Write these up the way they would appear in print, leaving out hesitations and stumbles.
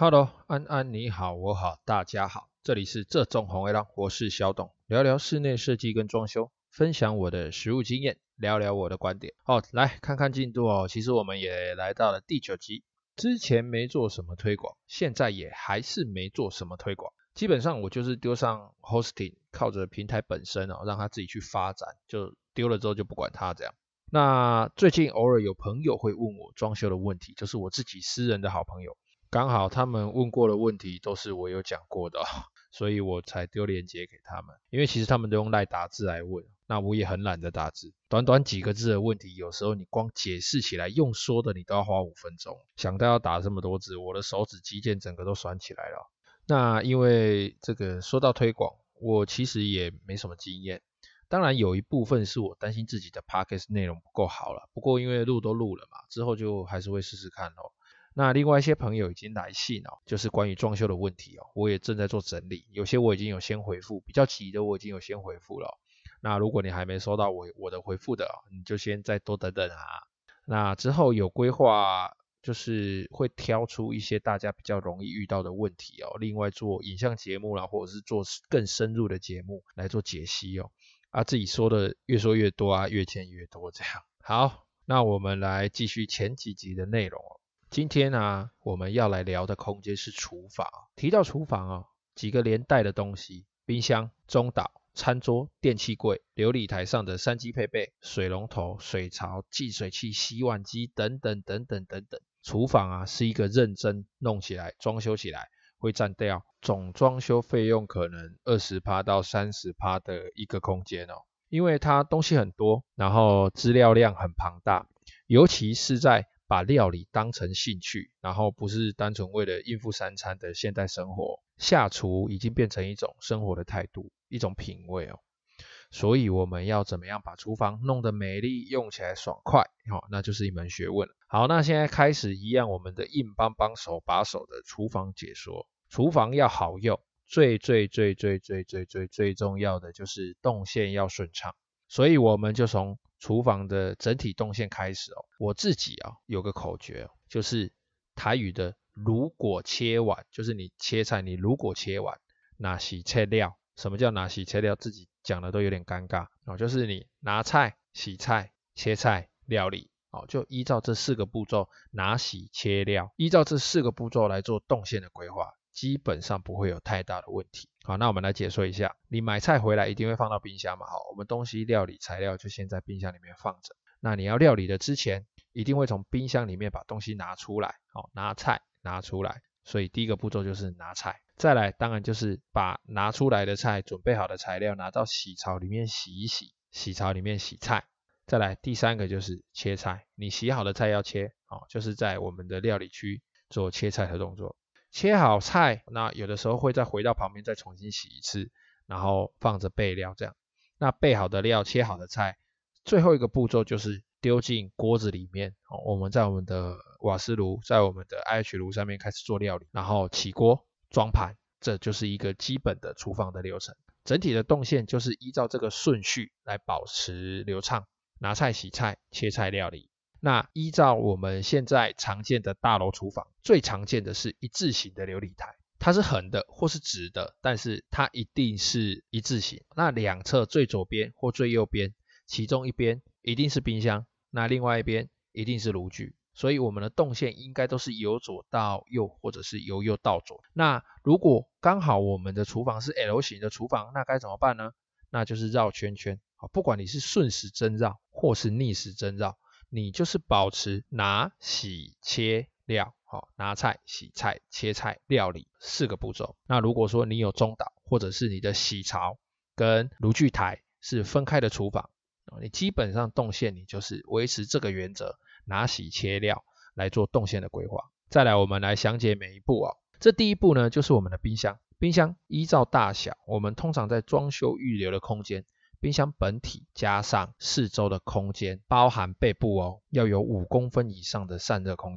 Hello，安安你好，我好，大家好，这里是这种红卫狼，我是小董，聊聊室内设计跟装修，分享我的实务经验，聊聊我的观点。来看看进度哦，其实我们也来到了第9集，之前没做什么推广，现在也还是没做什么推广，基本上我就是丢上 hosting， 靠着平台本身让它自己去发展，就丢了之后就不管它这样。那最近偶尔有朋友会问我装修的问题，就是我自己私人的好朋友。刚好他们问过的问题都是我有讲过的所以我才丢链接给他们。因为其实他们都用赖打字来问，那我也很懒得打字，短短几个字的问题，有时候你光解释起来用说的你都要花5分钟，想到要打这么多字，我的手指肌腱整个都酸起来了。那因为这个说到推广，我其实也没什么经验，当然有一部分是我担心自己的 podcast 内容不够好了，不过因为录都录了嘛，之后就还是会试试看那另外一些朋友已经来信就是关于装修的问题我也正在做整理，有些我已经有先回复，比较急的我已经有先回复了那如果你还没收到我的回复的你就先再多等等那之后有规划，就是会挑出一些大家比较容易遇到的问题另外做影像节目啦，或者是做更深入的节目来做解析自己说的越说越多越欠越多这样。好，那我们来继续前几集的内容今天我们要来聊的空间是厨房。提到厨房几个连带的东西，冰箱、中岛、餐桌、电器柜、流理台上的3机配备、水龙头、水槽、计水器、洗碗机等等等等等等。厨房是一个认真弄起来、装修起来会占掉总装修费用可能 20% 到 30% 的一个空间因为它东西很多，然后资料量很庞大，尤其是在把料理当成兴趣，然后不是单纯为了应付3餐的现代生活，下厨已经变成一种生活的态度，一种品味所以我们要怎么样把厨房弄得美丽，用起来爽快那就是一门学问了。好，那现在开始一样我们的硬邦邦手把手的厨房解说。厨房要好用，最重要的就是动线要顺畅，所以我们就从厨房的整体动线开始我自己有个口诀就是台语的如果切碗，就是你切菜你如果切碗，拿洗切料。什么叫拿洗切料？自己讲的都有点尴尬就是你拿菜、洗菜、切菜、料理就依照这4个步骤，拿洗切料，依照这4个步骤来做动线的规划，基本上不会有太大的问题。好，那我们来解说一下，你买菜回来一定会放到冰箱嘛我们东西料理材料就先在冰箱里面放着，那你要料理的之前一定会从冰箱里面把东西拿出来拿菜拿出来，所以第一个步骤就是拿菜。再来当然就是把拿出来的菜，准备好的材料拿到洗槽里面洗一洗，洗槽里面洗菜。再来第3个就是切菜，你洗好的菜要切就是在我们的料理区做切菜的动作。切好菜，那有的时候会再回到旁边再重新洗一次，然后放着备料这样。那备好的料，切好的菜，最后一个步骤就是丢进锅子里面我们在我们的瓦斯炉，在我们的 IH 炉上面开始做料理，然后起锅装盘，这就是一个基本的厨房的流程。整体的动线就是依照这个顺序来保持流畅，拿菜、洗菜、切菜、料理。那依照我们现在常见的大楼厨房，最常见的是一字形的流理台，它是横的或是直的，但是它一定是一字形。那两侧最左边或最右边，其中一边一定是冰箱，那另外一边一定是炉具。所以我们的动线应该都是由左到右，或者是由右到左。那如果刚好我们的厨房是 L 型的厨房，那该怎么办呢？那就是绕圈圈不管你是顺时针绕或是逆时针绕，你就是保持拿、洗、切、料拿菜、洗菜、切菜、料理4个步骤。那如果说你有中岛，或者是你的洗槽跟炉具台是分开的厨房，你基本上动线你就是维持这个原则，拿洗切料来做动线的规划。再来我们来详解每一步这第一步呢就是我们的冰箱。冰箱依照大小，我们通常在装修预留的空间，冰箱本体加上四周的空间，包含背部要有5公分以上的散热空间。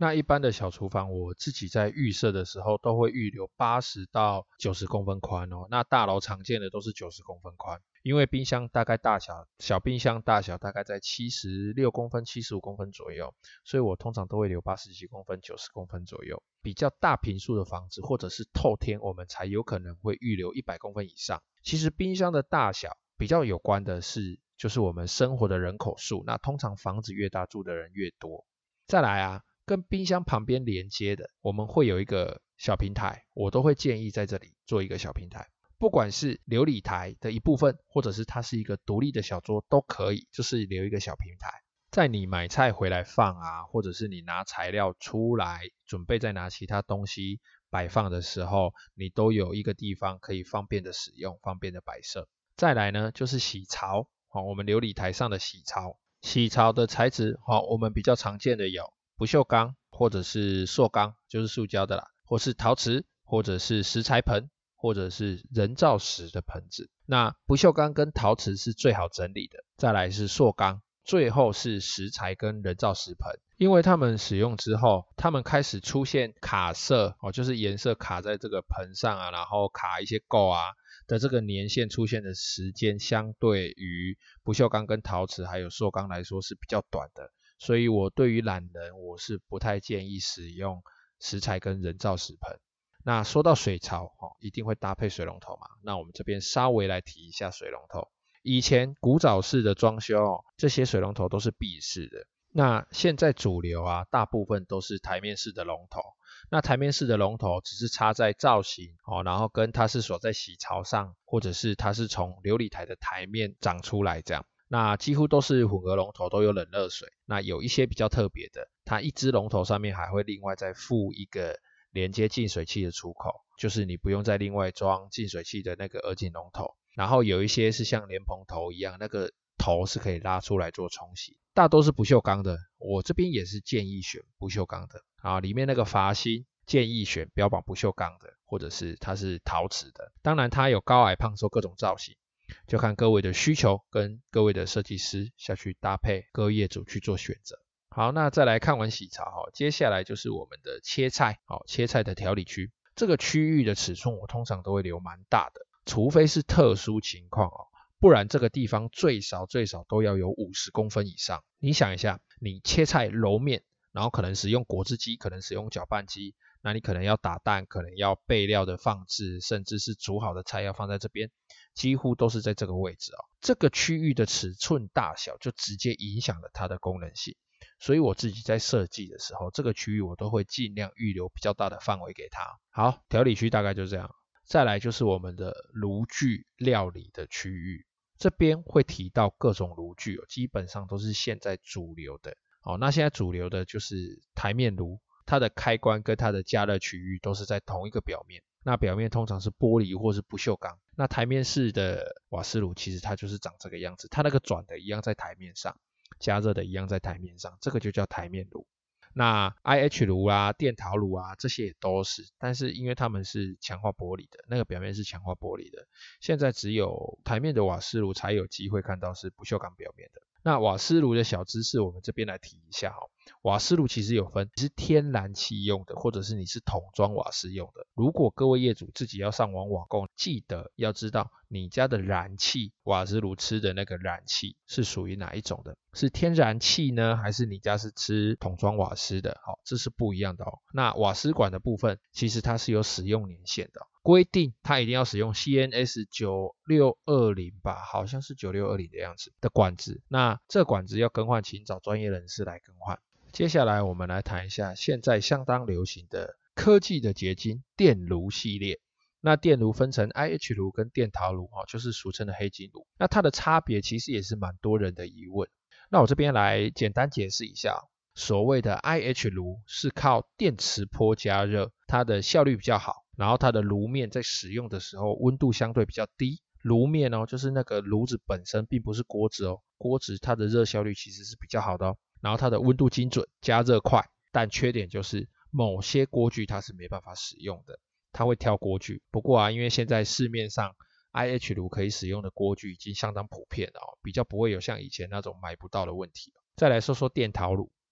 那一般的小厨房我自己在预设的时候都会预留80到90公分宽哦，那大楼常见的都是90公分宽，因为冰箱大概大小，小冰箱大小大概在76公分、75公分左右，所以我通常都会留80几公分、90公分左右。比较大坪数的房子或者是透天，我们才有可能会预留100公分以上。其实冰箱的大小比较有关的是就是我们生活的人口数，那通常房子越大住的人越多。再来啊，跟冰箱旁边连接的我们会有一个小平台，我都会建议在这里做一个小平台，不管是流理台的一部分或者是它是一个独立的小桌都可以，就是留一个小平台，在你买菜回来放啊，或者是你拿材料出来准备再拿其他东西摆放的时候，你都有一个地方可以方便的使用，方便的摆设。再来呢就是洗槽，我们流理台上的洗槽，洗槽的材质我们比较常见的有不锈钢或者是塑钢，就是塑胶的啦，或是陶瓷，或者是石材盆，或者是人造石的盆子。那不锈钢跟陶瓷是最好整理的，再来是塑钢，最后是石材跟人造石盆。因为它们使用之后，它们开始出现卡色就是颜色卡在这个盆上啊，然后卡一些垢啊的这个年限出现的时间，相对于不锈钢跟陶瓷还有塑钢来说是比较短的，所以我对于懒人我是不太建议使用石材跟人造石盆。那说到水槽一定会搭配水龙头嘛，那我们这边稍微来提一下水龙头。以前古早式的装修这些水龙头都是闭式的，那现在主流啊大部分都是台面式的龙头，那台面式的龙头只是插在造型然后跟它是锁在洗槽上，或者是它是从流理台的台面长出来这样。那几乎都是混合龙头，都有冷热水。那有一些比较特别的，它一只龙头上面还会另外再附一个连接净水器的出口，就是你不用再另外装净水器的那个耳颈龙头。然后有一些是像莲蓬头一样，那个头是可以拉出来做冲洗，大都是不锈钢的，我这边也是建议选不锈钢的里面那个阀芯建议选标榜不锈钢的，或者是它是陶瓷的。当然它有高矮胖瘦各种造型，就看各位的需求跟各位的设计师下去搭配，各位业主去做选择。好，那再来看完洗槽接下来就是我们的切菜切菜的调理区。这个区域的尺寸我通常都会留蛮大的，除非是特殊情况不然这个地方最少都要有50公分以上。你想一下，你切菜揉面，然后可能使用果汁机，可能使用搅拌机，那你可能要打蛋，可能要备料的放置，甚至是煮好的菜要放在这边，几乎都是在这个位置这个区域的尺寸大小就直接影响了它的功能性，所以我自己在设计的时候，这个区域我都会尽量预留比较大的范围给它。好，调理区大概就这样。再来就是我们的炉具料理的区域，这边会提到各种炉具基本上都是现在主流的那现在主流的就是台面炉，它的开关跟它的加热区域都是在同一个表面，那表面通常是玻璃或是不锈钢。那台面式的瓦斯炉其实它就是长这个样子，它那个转的一样在台面上，加热的一样在台面上，这个就叫台面炉。那 IH 炉啊、电陶炉啊这些也都是，但是因为它们是强化玻璃的，那个表面是强化玻璃的，现在只有台面的瓦斯炉才有机会看到是不锈钢表面的。那瓦斯炉的小知识我们这边来提一下瓦斯炉其实有分，你是天然气用的，或者是你是桶装瓦斯用的。如果各位业主自己要上网网购，记得要知道你家的燃气，瓦斯炉吃的那个燃气是属于哪一种的，是天然气呢，还是你家是吃桶装瓦斯的这是不一样的那瓦斯管的部分其实它是有使用年限的规定它一定要使用 CNS 9620吧，好像是9620的样子的管子，那这管子要更换请找专业人士来更换。接下来我们来谈一下现在相当流行的科技的结晶电炉系列。那电炉分成 IH 炉跟电陶炉就是俗称的黑金炉，那它的差别其实也是蛮多人的疑问。那我这边来简单解释一下所谓的 IH 炉是靠电磁波加热，它的效率比较好，然后它的炉面在使用的时候温度相对比较低，炉面就是那个炉子本身并不是锅子锅子它的热效率其实是比较好的然后它的温度精准，加热快，但缺点就是某些锅具它是没办法使用的，它会跳锅具。不过因为现在市面上 IH 炉可以使用的锅具已经相当普遍了比较不会有像以前那种买不到的问题。再来说说电陶炉，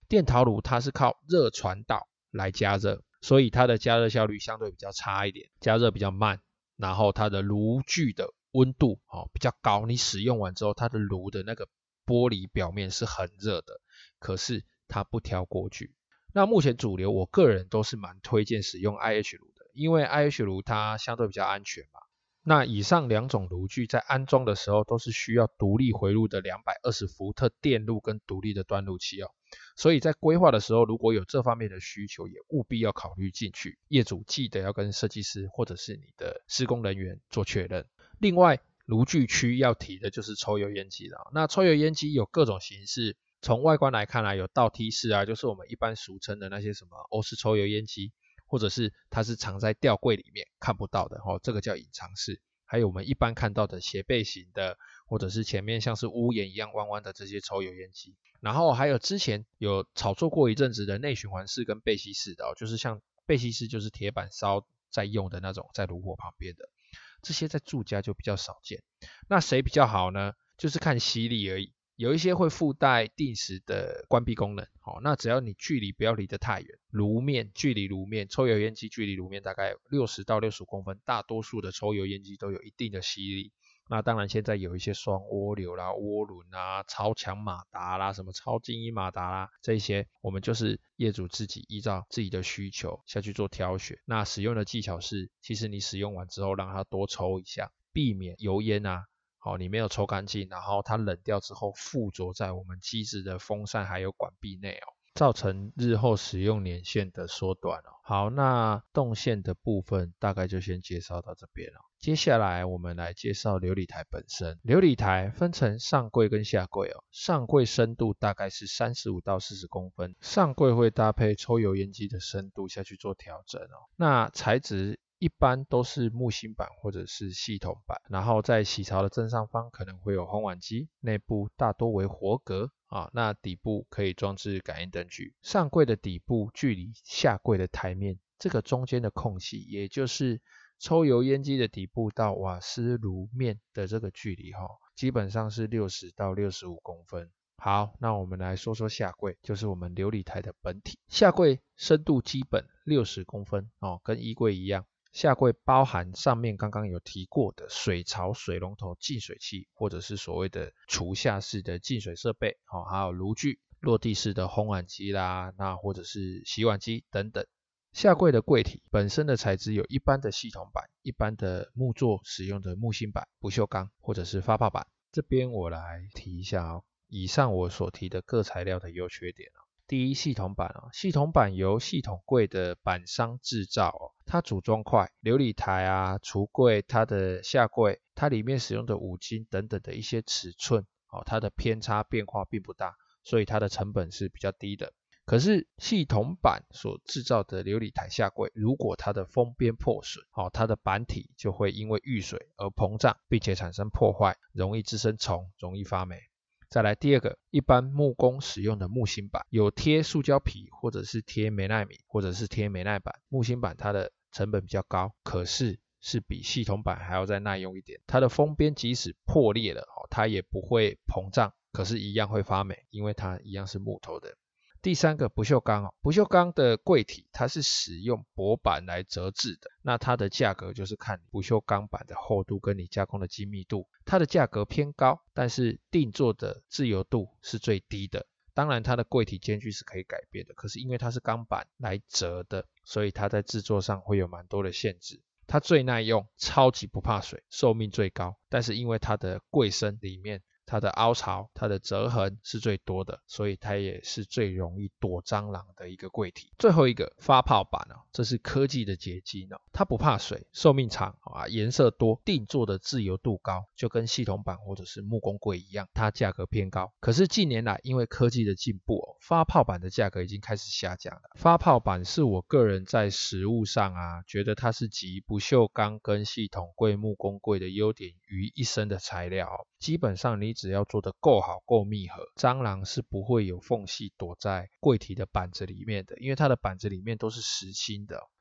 电陶炉它是靠热传导来加热，所以它的加热效率相对比较差一点，加热比较慢，然后它的炉具的温度比较高，你使用完之后它的炉的那个玻璃表面是很热的，可是它不挑锅具。那目前主流我个人都是蛮推荐使用 IH 炉的，因为 IH 炉它相对比较安全嘛。那以上两种炉具在安装的时候都是需要独立回路的220伏特电路跟独立的端路器所以在规划的时候如果有这方面的需求，也务必要考虑进去。业主记得要跟设计师或者是你的施工人员做确认。另外炉具区要提的就是抽油烟机了。那抽油烟机有各种形式，从外观来看有倒梯式就是我们一般俗称的那些什么欧式抽油烟机，或者是它是藏在吊柜里面看不到的这个叫隐藏式。还有我们一般看到的斜背型的，或者是前面像是屋檐一样弯弯的这些抽油烟机。然后还有之前有炒作过一阵子的内循环式跟背吸式的就是像背吸式就是铁板烧在用的那种，在炉火旁边的，这些在住家就比较少见。那谁比较好呢？就是看吸力而已。有一些会附带定时的关闭功能那只要你距离不要离得太远，距离炉面抽油烟机距离炉面大概60到65公分，大多数的抽油烟机都有一定的吸力。那当然现在有一些双涡流啦、涡轮超强马达啦、什么超精英马达啦，这些我们就是业主自己依照自己的需求下去做挑选。那使用的技巧是，其实你使用完之后让它多抽一下，避免油烟你没有抽干净，然后它冷掉之后附着在我们机子的风扇还有管壁内造成日后使用年限的缩短好，那动线的部分大概就先介绍到这边接下来我们来介绍流理台本身。流理台分成上柜跟下柜上柜深度大概是35到40公分，上柜会搭配抽油烟机的深度下去做调整那材质一般都是木芯板或者是系统板，然后在洗槽的正上方可能会有烘碗机，内部大多为活格那底部可以装置感应灯具。上柜的底部距离下柜的台面这个中间的空隙，也就是抽油烟机的底部到瓦斯炉面的这个距离基本上是60到65公分。好，那我们来说说下柜，就是我们流理台的本体。下柜深度基本60公分跟衣柜一样。下柜包含上面刚刚有提过的水槽、水龙头、净水器，或者是所谓的厨下式的净水设备还有炉具、落地式的烘碗机啦，那或者是洗碗机等等。下柜的柜体本身的材质有一般的系统板、一般的木作使用的木芯板、不锈钢或者是发泡板。这边我来提一下以上我所提的各材料的优缺点第一，系统板系统板由系统柜的板商制造它组装块、流理台橱柜、它的下柜，它里面使用的五金等等的一些尺寸它的偏差变化并不大，所以它的成本是比较低的。可是系统板所制造的流理台下柜，如果它的封边破损它的板体就会因为遇水而膨胀，并且产生破坏，容易滋生虫，容易发霉。再来第二个，一般木工使用的木芯板有贴塑胶皮或者是贴美耐米或者是贴美耐板，木芯板它的成本比较高，可是是比系统板还要再耐用一点。它的封边即使破裂了它也不会膨胀，可是一样会发霉，因为它一样是木头的。第三个，不锈钢不锈钢的柜体它是使用薄板来折制的，那它的价格就是看不锈钢板的厚度跟你加工的精密度，它的价格偏高，但是定做的自由度是最低的。当然它的柜体间距是可以改变的，可是因为它是钢板来折的，所以它在制作上会有蛮多的限制。它最耐用，超级不怕水，寿命最高，但是因为它的柜身里面它的凹槽、它的折痕是最多的，所以它也是最容易躲蟑螂的一个柜体。最后一个发泡板这是科技的结晶它不怕水，寿命长颜色多，定做的自由度高，就跟系统板或者是木工柜一样，它价格偏高。可是近年来因为科技的进步发泡板的价格已经开始下降了。发泡板是我个人在实物上觉得它是集不锈钢跟系统柜、木工柜的优点于一身的材料基本上你只要做得够好够密合，蟑螂是不会有缝隙躲在柜体的板子里面的，因为它的板子里面都是实心的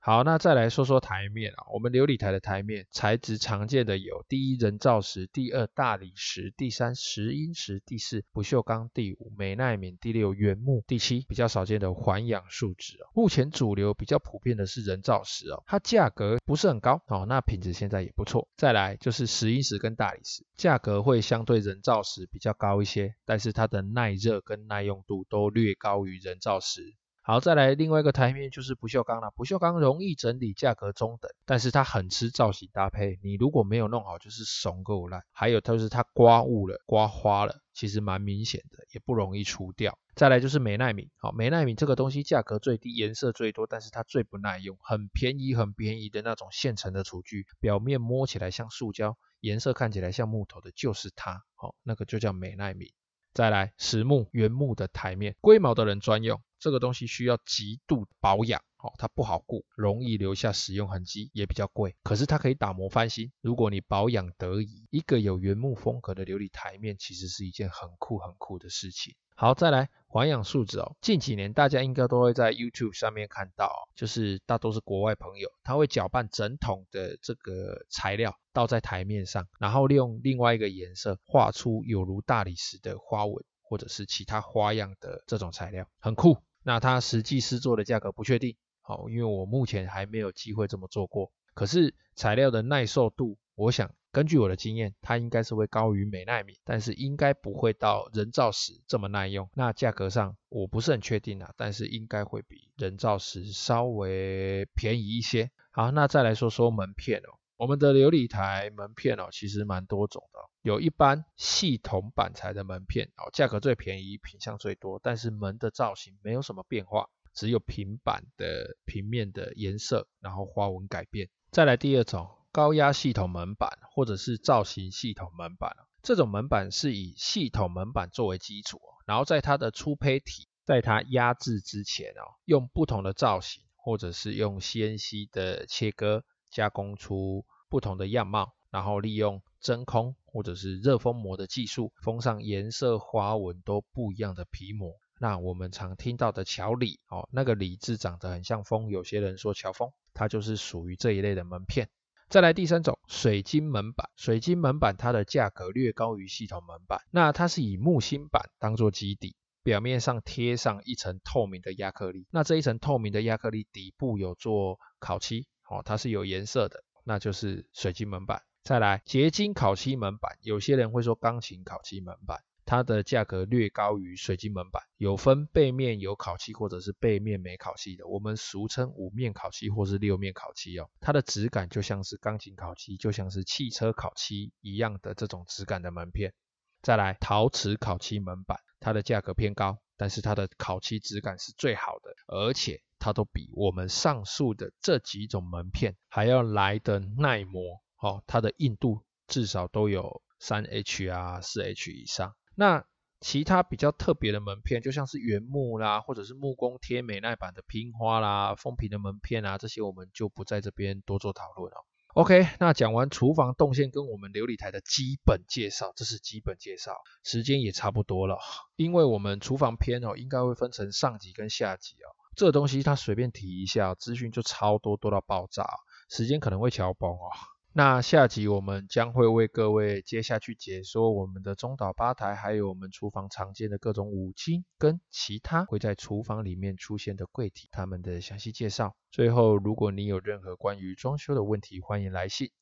好，那再来说说台面啊，我们流理台的台面材质常见的有第一人造石，第二大理石，第三石英石，第四不锈钢，第五美耐皿，第六原木，第七比较少见的环氧树脂哦。目前主流比较普遍的是人造石哦，它价格不是很高哦，那品质现在也不错。再来就是石英石跟大理石，价格会相对人造石比较高一些，但是它的耐热跟耐用度都略高于人造石。好，再来另外一个台面就是不锈钢啦。不锈钢容易整理，价格中等，但是它很吃造型搭配，你如果没有弄好就是怂够烂。还有就是它刮雾了、刮花了，其实蛮明显的，也不容易除掉。再来就是美耐皿，好，美耐皿这个东西价格最低，颜色最多，但是它最不耐用，很便宜的那种现成的厨具，表面摸起来像塑胶，颜色看起来像木头的就是它，那个就叫美耐皿。再来实木、原木的台面，龟毛的人专用，这个东西需要极度保养，它不好顾，容易留下使用痕迹，也比较贵，可是它可以打磨翻新，如果你保养得宜，一个有原木风格的流理台面其实是一件很酷的事情。好，再来环氧树脂近几年大家应该都会在 YouTube 上面看到就是大多是国外朋友，他会搅拌整桶的这个材料倒在台面上，然后利用另外一个颜色画出有如大理石的花纹或者是其他花样的这种材料，很酷。那它实际施作的价格不确定，因为我目前还没有机会这么做过，可是材料的耐受度，我想根据我的经验，它应该是会高于美耐皿，但是应该不会到人造石这么耐用。那价格上我不是很确定但是应该会比人造石稍微便宜一些。好，那再来说说门片我们的流理台门片其实蛮多种的有一般系统板材的门片价格最便宜，品项最多，但是门的造型没有什么变化，只有平板的平面的颜色，然后花纹改变。再来第二种高压系统门板或者是造型系统门板这种门板是以系统门板作为基础然后在它的粗胚体在它压制之前用不同的造型或者是用 CNC 的切割加工出不同的样貌，然后利用真空或者是热封膜的技术封上颜色花纹都不一样的皮膜。那我们常听到的桥里那个里字长得很像风，有些人说乔峰，它就是属于这一类的门片。再来第三种水晶门板，水晶门板它的价格略高于系统门板，那它是以木芯板当做基底，表面上贴上一层透明的亚克力，那这一层透明的亚克力底部有做烤漆它是有颜色的，那就是水晶门板。再来结晶烤漆门板，有些人会说钢琴烤漆门板，它的价格略高于水晶门板，有分背面有烤漆或者是背面没烤漆的，我们俗称5面烤漆或是6面烤漆它的质感就像是钢琴烤漆，就像是汽车烤漆一样的这种质感的门片。再来陶瓷烤漆门板，它的价格偏高，但是它的烤漆质感是最好的，而且它都比我们上述的这几种门片还要来的耐磨它的硬度至少都有 3H 4H 以上。那其他比较特别的门片，就像是原木啦，或者是木工贴美耐板的拼花啦，封皮的门片这些我们就不在这边多做讨论OK， 那讲完厨房动线跟我们流理台的基本介绍，这是基本介绍，时间也差不多了，因为我们厨房篇应该会分成上集跟下集这个东西它随便提一下，资讯就超多，多到爆炸时间可能会敲崩那下集我们将会为各位接下去解说我们的中岛吧台，还有我们厨房常见的各种武器跟其他会在厨房里面出现的柜体，他们的详细介绍。最后，如果你有任何关于装修的问题，欢迎来信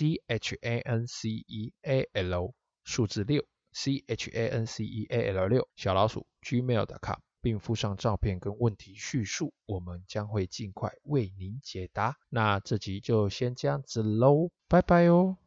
CHANCEAL 数字6 CHANCEAL6 小老鼠 gmail.com， 并附上照片跟问题叙述，我们将会尽快为您解答。那这集就先这样子咯，拜拜哦。